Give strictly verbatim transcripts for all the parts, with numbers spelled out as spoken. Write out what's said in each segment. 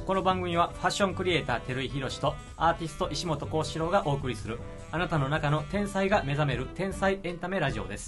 この番組はファッションクリエイター照井宏とアーティスト石本幸四郎がお送りするあなたの中の天才が目覚める天才エンタメラジオです。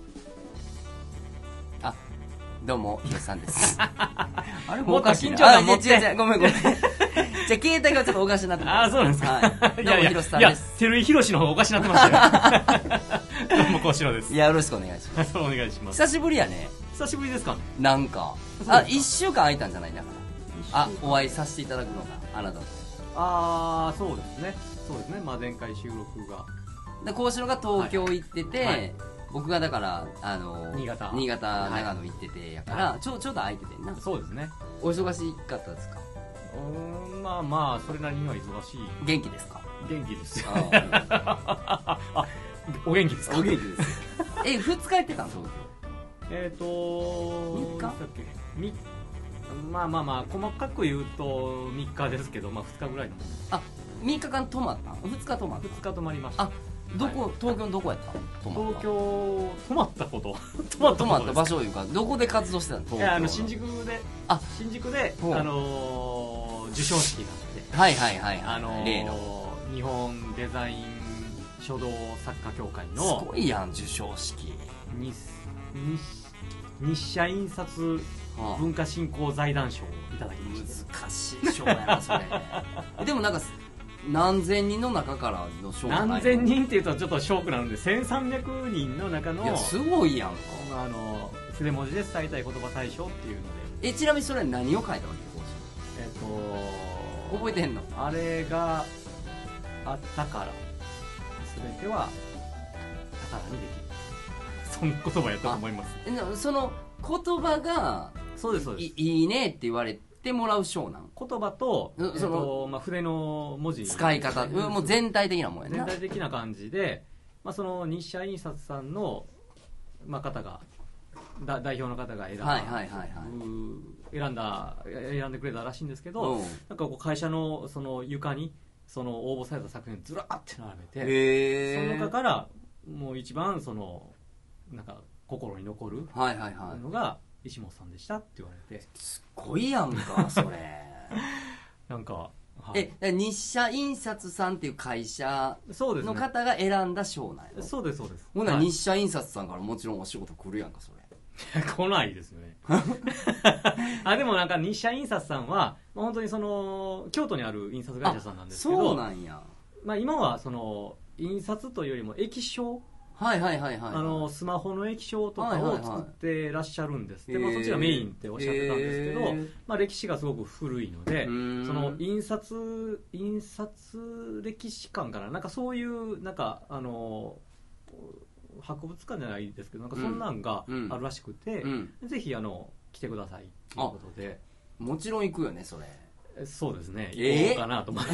あ、どうも、ひろしさんです。あれもっと緊張感持って。 違う違う、ごめんごめん。じゃあ、携帯がちょっとおかしになってます。 ああ、そうなんですか。 はい。どうも、ひろしさんです。 いや、照井宏の方がおかしになってましたよ。どうも、幸四郎です。 いや、よろしくお願いします。 お願いします。 久しぶりやね。 久しぶりですかね。 なんか。あ、一週間空いたんじゃないんだから。あ、お会いさせていただくのが、あなたと。 ああ、そうですね。そうですね。まあ、前回収録が。 で、幸四郎が東京行ってて、はいはい、僕がだからあの新潟新潟長野行っててやから、はい、ちょちょうど空いててんな。 そうですね。 お忙しかったですか？ うーん、まあまあそれなりには忙しい。 元気ですか？ 元気ですよ。ああ、お元気ですか？ お元気ですえ、ふつか行ってたん？東京えっ、ー、とみっかみまあまあまあ細かく言うとみっかですけど、まあふつかぐらいのもん。 あ、みっかかん泊まったん？ふつか泊まった？ ふつか泊まりました。 あ、どこ、はい、東京のどこやったの？ 東京泊まったこと泊まった泊まった場所いうか、どこで活動してたの？東京。 いや、あの新宿で、 あ、 新宿であのー、授賞式があって、 はいはいはい、 あのー、 例の日本デザイン書道作家協会のすごいやん、授賞式。 日日社印刷文化振興財団賞をいただきました。 難しい賞やなそれ。でもなんか何千人の中からの賞じゃないの？ 何千人っていうとちょっとショックなので、せんさんびゃくにんの中の、 いやすごいやんか。 あの筆文字で伝えたい言葉大賞っていうので。 え、ちなみにそれは何を書いたわけ？ えっと覚えてんの？ あれがあったから全ては宝にできる、そんな言葉やったと思います。 え、その言葉がそうですそうです、 い, いいねって言われてもらう賞なん？ 言葉と、その、えっとまあ、筆の文字使い方、もう全体的なもんやな。 全体的な感じで、まあ、その日社印刷さんの、まあ、方がだ代表の方が選んだ、はいはいはいはい、選んだ選んでくれたらしいんですけど、うん、なんかこう会社のその床にその応募された作品ずらーって並べて、その中からもう一番そのなんか心に残るのが、はいはいはい、石本さんでしたって言われて。 すごいやんかそれ。 なんか、 はい、え、日社印刷さんっていう会社の方が選んだ賞なんやろ？ そうですそうです。 ほんなら日社印刷さんからもちろんお仕事来るやんかそれ。 来ないですよね。あ、でもなんか日社印刷さんは本当にその京都にある印刷会社さんなんですけど、 そうなんや。 まあ、今はその印刷というよりも液晶、 はいはいはいはい、 あのスマホの液晶とかを作ってらっしゃるんですって、はいはいはい、まあ、そっちがメインっておっしゃってたんですけど、えーまあ、歴史がすごく古いので、その印刷印刷歴史館かな、なんかそういうなんかあの博物館じゃないですけど、なんかそんなんがあるらしくて、うんうん、ぜひあの来てくださいということで。 もちろん行くよねそれ。 そうですね、行こうかなと思って、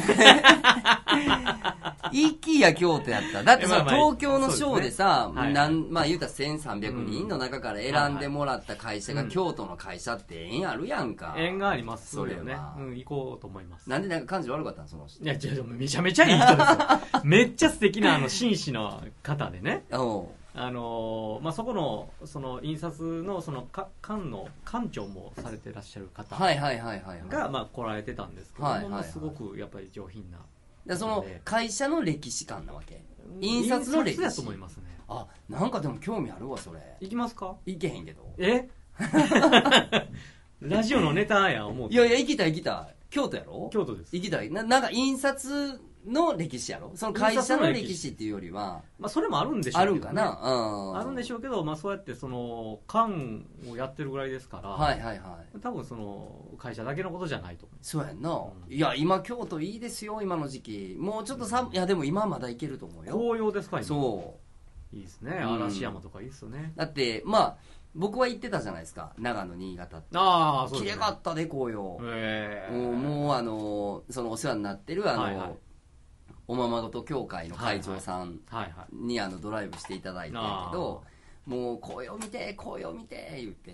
一気や京都やった。だってその東京の賞でさ、まあまあね、まあ言うたらせんさんびゃくにんの中から選んでもらった会社が京都の会社って縁あるやんか。 縁がありますよね。うん、行こうと思います。 なんでなんか感じ悪かったのその人？ いや、違う、めちゃめちゃいい人ですよ。めっちゃ素敵なあの紳士の方でね。あのーまあ、そこのその印刷のそのか館の館長もされてらっしゃる方がまあ来られてたんですけども、はいはいはい、すごくやっぱり上品な。 でその会社の歴史館なわけ？印刷の歴史だと思いますね。 あ、なんかでも興味あるわそれ。 行きますか？ 行けへんけど。 えラジオのネタや思う。 いやいや行きたい行きたい。京都やろ？ 京都です。 行きたい。な、なんか印刷の歴史やろ？その会社の歴史っていうよりは、 まあ、それもあるんでしょうけど、ね、 あるんかな、うん、 あるんでしょうけど、まあ、そうやってその館をやってるぐらいですから、 はいはいはい、 多分その会社だけのことじゃないと思う。 そうやんな、うん、いや今京都いいですよ今の時期。もうちょっと寒い、いやでも今まだ行けると思うよ。 紅葉ですか？今そういいですね、嵐山とかいいですよね、 うん、だってまあ僕は行ってたじゃないですか、長野新潟って。 ああ、そうですね、 綺麗かったで紅葉。 へー、 もう、もうあのそのお世話になってるあの、はいはい、おままごと協会の会長さんにあのドライブしていただいてんけど、もう紅葉見て紅葉見て言って、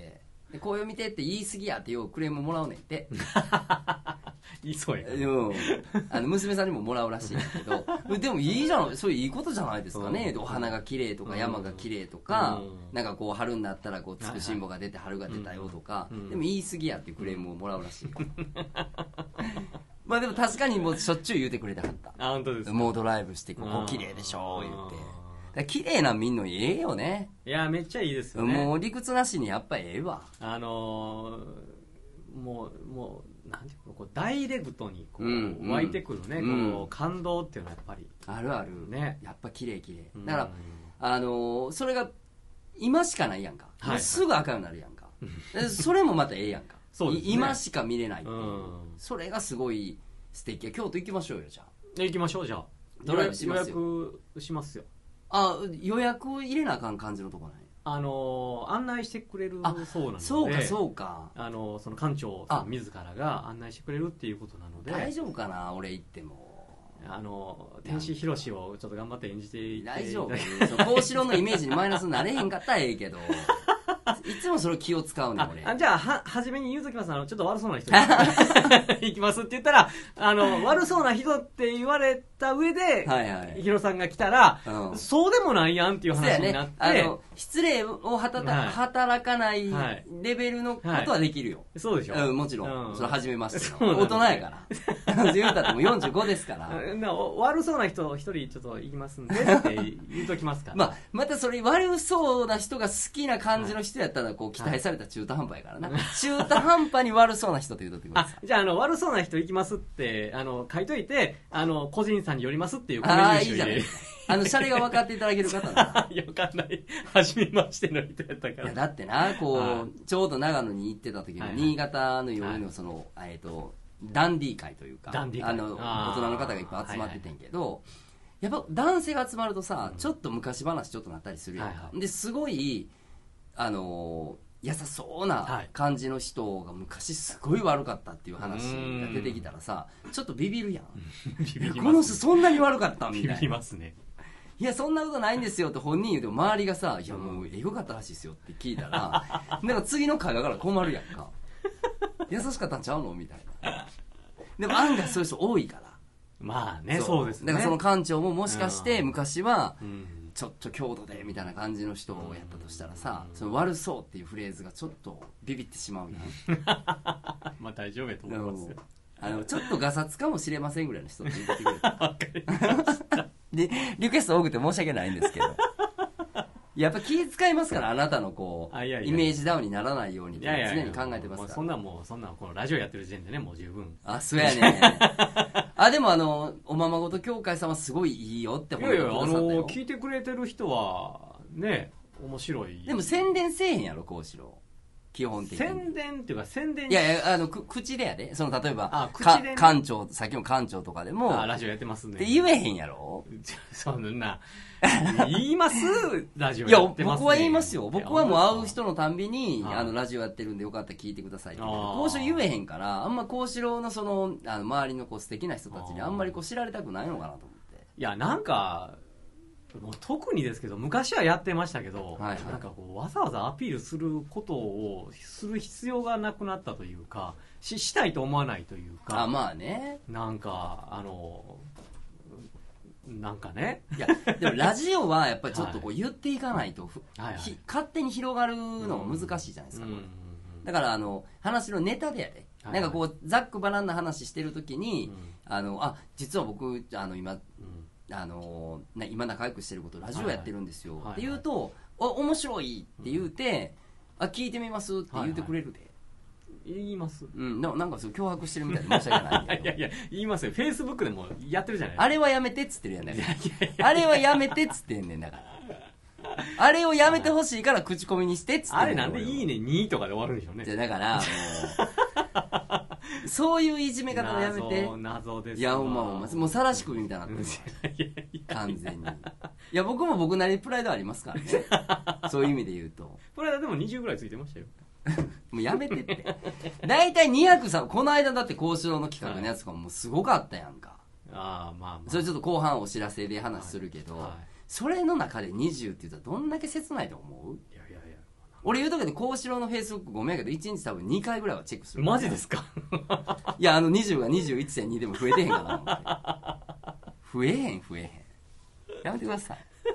で紅葉見てって言い過ぎやってようクレームもらうねんって言いそうや、 うん、あの娘さんにももらうらしいんだけどでもいいじゃん、そういういいことじゃないですかね、うん、お花が綺麗とか山が綺麗とか、うん、なんかこう春になったらこうつくしんぼが出て春が出たよとか、はいはい、でも言い過ぎやっていうクレームをもらうらしい、うん、まあでも確かにもうしょっちゅう言うてくれてはった。 あ、本当ですか。 もうドライブしてここ綺麗でしょ言って綺麗な見んのええよね。 いやめっちゃいいですよね。 もう理屈なしにやっぱええわ。 あのー、もうもうなんていうのこうダイレクトにこう、うんうん、湧いてくるね、うん、こう感動っていうのはやっぱりあるあるね。やっぱ綺麗綺麗だから、うん、あのー、それが今しかないやんか、はいはい、すぐ赤になるやんかそれもまたええやんかそうです、ね、今しか見れないっていう、うん、それがすごい素敵や。京都行きましょうよ。じゃあ行きましょう。じゃあドライブしますよ。 予約しますよ。 あ、予約を入れなあかん感じのとこない。 あのー、案内してくれるそうなので。 そうかそうか。 あのー、その館長さん自らが案内してくれるっていうことなので。 大丈夫かな俺行っても。 あのー、天使ひろしをちょっと頑張って演じていって大丈夫。幸四郎のイメージにマイナスになれへんかったらええけどいつもそれ気を使うねん俺。 あ、じゃあは初めに言うときます。あのちょっと悪そうな人行きますって言ったら、あの悪そうな人って言われた上で、はいはい、ヒロさんが来たら、うん、そうでもないやんっていう話になって、ね、あの失礼をはたた、はい、働かないレベルのことはできるよ。はい、 そうでしょ。 うん、もちろん、うん、それ初めましての大人やから言うたってもよんじゅうごですから悪そうな人一人ちょっと行きますんでって言うときますから、 まあ、またそれ悪そうな人が好きな感じの人やったらこう期待された中途半端やからな、はい、中途半端に悪そうな人って言うときます。 あ、じゃあ、あの悪そうな人行きますってあの書いといて、あの個人さんによりますっていうコメントああいいじゃないあのシャレが分かっていただける方ないや分かんない初めましての人やったから。 いやだってなこうちょうど長野に行ってた時に新潟の夜のその、はい、えっとダンディー会というか、あの大人の方がいっぱい集まっててんけど、はいはい、やっぱ男性が集まるとさ、うん、ちょっと昔話ちょっとなったりするやんか、はいはい、ですごいあの優しそうな感じの人が昔すごい悪かったっていう話が出てきたらさ、ちょっとビビるやんビビりますね、この人そんなに悪かったみたいな。 ビビりますね。 いやそんなことないんですよって本人言うても周りがさ、いやもうエゴかったらしいですよって聞いたらなんか次の会話から困るやんか優しかったんちゃうのみたいな。でも案外そういう人多いから。 まあね、そう、そうですね。 だからその館長ももしかして昔はちょっと京都でみたいな感じの人をやったとしたらさ、その悪そうっていうフレーズがちょっとビビってしまうやんまあ大丈夫やと思いますよ。 あのちょっとガサツかもしれませんぐらいの人って言ってくれたわかりましたでリクエスト多くて申し訳ないんですけどやっぱ気遣いますから、あなたのこうイメージダウンにならないように常に考えてますから。 そんなもうそんなこのラジオやってる時点でねもう十分。 あ、そうやねあでもあのおままごと協会さんはすごいいいよって思ってくださったよ。いやいやあの聞いてくれてる人はね面白い。 でも宣伝せえへんやろ幸四郎基本的に。 宣伝っていうか宣伝いやいやあのく口でやで、その例えばあ口で、ね、館長さっきの館長とかでもあラジオやってますねって言えへんやろそんな言いますラジオやってますね。 いや僕は言いますよ。僕はもう会う人のたんびにあのラジオやってるんでよかったら聞いてくださいって講師言えへんから、あんま幸四郎のそのあの周りのこう素敵な人たちにあんまりこう知られたくないのかなと思って。 いやなんかもう特にですけど昔はやってましたけど、はいはい、なんかこうわざわざアピールすることをする必要がなくなったというか し, したいと思わないというか。 あまあね。 なんかあのなんかね。 いやでもラジオはやっぱりちょっとこう言っていかないと、はいはい、勝手に広がるのが難しいじゃないですか、うん、だからあの話のネタでやで、はいはい、なんかこうざっくばらんな話してる時に、うん、あのあ実は僕あの今、うんあのー、今仲良くしてることラジオやってるんですよ、はいはい、って言うとお面白いって言うて、うん、あ聞いてみますって言ってくれるで、はいはい、言います、 うん、な, なんかそう脅迫してるみたいで申し訳ないんだけどいやいや言いますよ。フェイスブックでもやってるじゃないですか。 あれはやめてっつってるやんねあれはやめてっつってんねんだからあれをやめてほしいから口コミにしてっつってんねん。 あれなんでいいねにとかで終わるんでしょうね。 じゃだからもうそういういじめ方をやめて。 謎謎です。 いや、まあ、もうさらし首みたいになってる完全に。いや僕も僕なりにプライドありますからねそういう意味で言うとプライドでもにじゅうぐらいついてましたよもうやめてって大体にひゃくさこの間だって幸四郎の企画のやつとかもすごかったやんか。 ああまあまあそれちょっと後半お知らせで話するけど、はいはい、それの中でにじゅうって言ったらどんだけ切ないと思う。 いやいやいや俺言うときで幸四郎のフェイスブックごめんやけどいちにち多分にかいぐらいはチェックする。 マジですか？ いやあのにじゅうが にじゅういってんに でも増えてへんかな思って増えへん増えへんやめてください。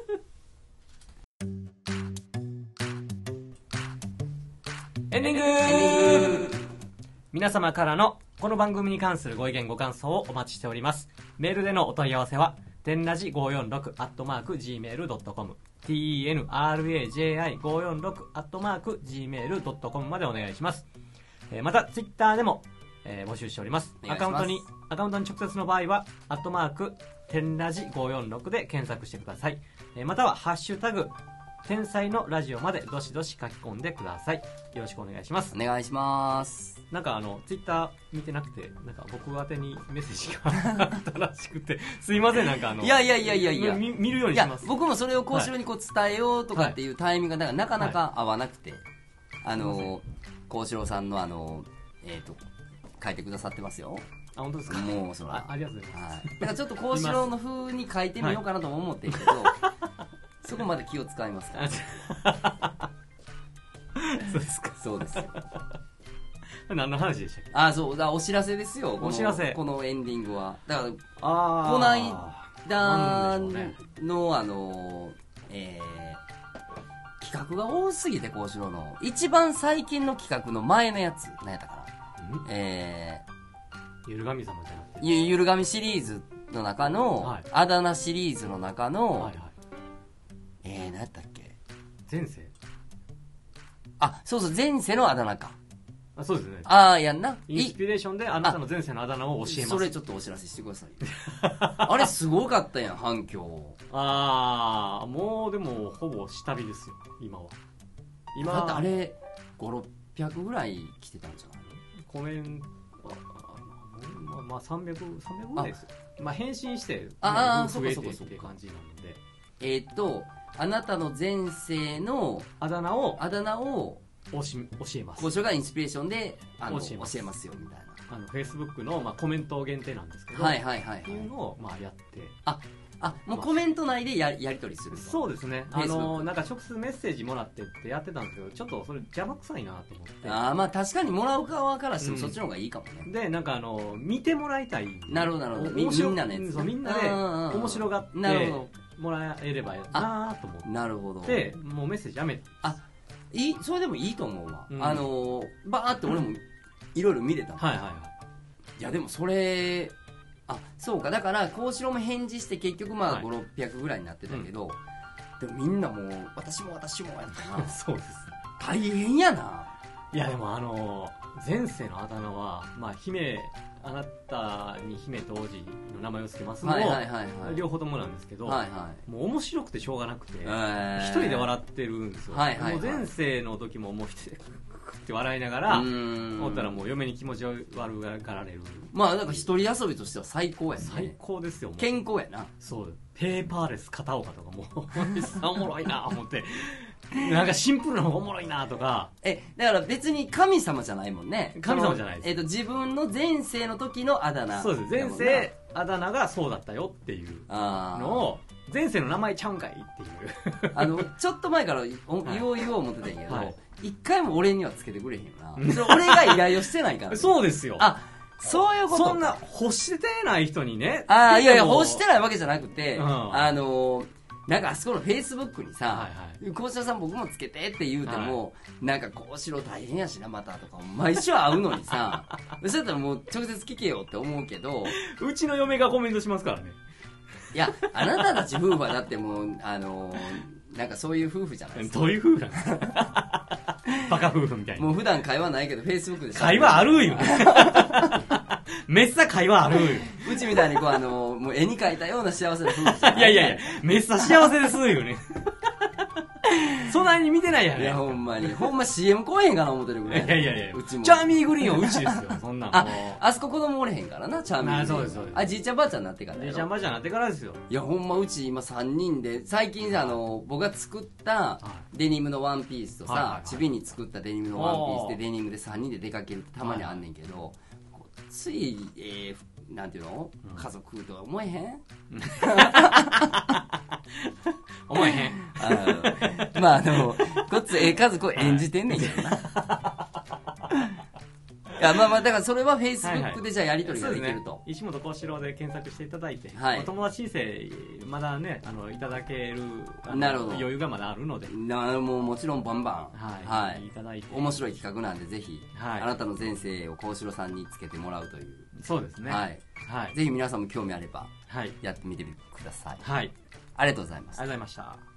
エンディングー。皆様からのこの番組に関するご意見ご感想をお待ちしております。メールでのお問い合わせはてんラジごーよんろくアットマークジーメールドットコム ティーエヌアールエージェーアイごーよんろくアットマークジーメールドットコム までお願いします。えー、またツイッターでも、えー、募集しております。アカウントにアカウントに直接の場合はアットマークてんラジごーよんろくで検索してください。えー、またはハッシュタグ天才のラジオまでどしどし書き込んでください。よろしくお願いします。 お願いします。 なんかあのツイッター見てなくてなんか僕宛てにメッセージがあったらしくてすいません。なんかあのいやいやいやいやいや見, 見るようにします。 いや僕もそれを幸四郎にこう伝えようとかっていうタイミングがなかなか合わなくて、はい、あの幸四郎さんのあのえっ、ー、と書いてくださってますよ。 あ、本当ですか？ もうそれあ, ありがとうございます、 はい、だからちょっと幸四郎の風に書いてみようかなとも思ってるけど、はい、そこまで気を使いますからそうですか。 そうですよ。 何の話でしたっけ？ あ、そうだ、お知らせですよ。 お知らせ。 このエンディングはだからあこないだのあのえー、企画が多すぎて幸四郎の一番最近の企画の前のやつ何やったかな、えー、ゆる神様じゃなくてゆ, ゆる神シリーズの中の、はい、あだ名シリーズの中の、はいはい、えー、何やったっけ？ 前世。 あ、そうそう、前世のあだ名か。 あ、そうですね。 ああ、やんな。 インスピレーションであなたの前世のあだ名を教えます。 それちょっとお知らせしてください。あれすごかったやん、反響。 ああ、もうでもほぼ下火ですよ、今は。 今だってあれご、ろっぴゃくぐらい来てたんじゃないの？ コメント、まあ、まあさんびゃく、さんびゃくぐらいですよ。まあ返信して、ね、 あ増えてっていう感じなので。 えー、っと、あなたの前世のあだ名を、 あだ名を教えます。 幸四郎がインスピレーションであの教えます、 教えますよみたいな。 あのフェイスブックの、まあ、コメント限定なんですけど、 はいはいはい、はい、 っていうのを、まあ、やって。 ああ、もうコメント内で や, やり取りする。 そうですね。あのなんか直接メッセージもらってってやってたんですけど、ちょっとそれ邪魔くさいなと思って。 ああ、まあ確かにもらう側からしてもそっちの方がいいかもね。 うん、で、なんかあの見てもらいたい。 なるほどなるほど。みんなのやつ。 そう、みんなで面白がってもらえればなと思って。 なるほど。 で、もうメッセージやめて。 あ、いい、それでもいいと思うわ。うん、あのバーって俺もいろいろ見れた。 はいはいはい。 いやでもそれ。あ、そうか。だから幸四郎も返事して結局まあ、はい、ご、ろっぴゃくぐらいになってたけど、うん、でもみんなもう私も私もやったな。 そうです。 大変やな。 いやでもあの前世のあだ名は、まあ、姫あなたに姫と王子の名前を付けますの、はいはいはいはい、両方ともなんですけど、はいはい、もう面白くてしょうがなくて、えー、一人で笑ってるんですよ、はいはいはい、もう前世の時ももう一人でって笑いながら思ったらもう嫁に気持ち悪がられる。 まあなんか一人遊びとしては最高やね。 最高ですよ。もう健康やな。 そう、ペーパーレス片岡とかもおもろいな思ってなんかシンプルな方がおもろいなとか。 え、だから別に神様じゃないもんね。 神様じゃないです。 えっと自分の前世の時のあだ名。 そうです。前世あだ名がそうだったよっていうのを前世の名前ちゃうんかいっていうあのちょっと前から言おう言おう言おう思ってたんやけど、はい、一回も俺にはつけてくれへんよな。それ俺が依頼をしてないから、ね、 そうですよ。 あ、そういうことか。 そんな欲してない人にね。 ああ、いやいや欲してないわけじゃなくて、うん、あのーなんかあそこのフェイスブックにさ、幸四郎さん僕もつけてって言うても、はい、なんか幸四郎大変やしなまたとか毎週会うのにさそうやったらもう直接聞けよって思うけど、 うちの嫁がコメントしますからね。 いや、あなたたち夫婦はだってもうあのー、なんかそういう夫婦じゃないですか。 どういう夫婦なんですかバカ夫婦みたいな。 もう普段会話ないけどフェイスブックで会話あるよめっさ会話あるよ。 うちみたいにこうあのー、もう絵に描いたような幸せな夫婦じゃない。 いやいやいや、めっさ幸せですよねそんなに見てないやね。 いやほんまにほんま シーエム 来えへんかな思ってるぐらい。 いやいやいや、 うちもチャーミーグリーンはうちですよそんなん。 あ、あそこ子供おれへんからな、チャーミーグリーン。あ、 そうですそうです。 あ、じいちゃんばあちゃんになってからやろ。 じいちゃんばあちゃんになってからですよ。 いやほんまうち今さんにんで最近あの僕が作ったデニムのワンピースとさ、はいはいはい、チビに作ったデニムのワンピースでデニムでさんにんで出かけるってたまにあんねんけど、はい、つい、えー、なんていうの、うん、家族とは思えへん思えへんまああのこっちええ数こう演じてんねんけどな、いやまあまあだからそれはフェイスブックでじゃあやり取りができると、はいはい、 石本幸四郎で検索していただいて、はい、友達申請まだねあのいただけるなるほど余裕がまだあるので、 なもうもちろんバンバン、 はいはい、いただいて面白い企画なんでぜひ、はい、あなたの前世を幸四郎さんにつけてもらうという、 そうですね、 はいはい、ぜひ皆さんも興味あればやってみてください、 はい、 ありがとうございます。 ありがとうございました。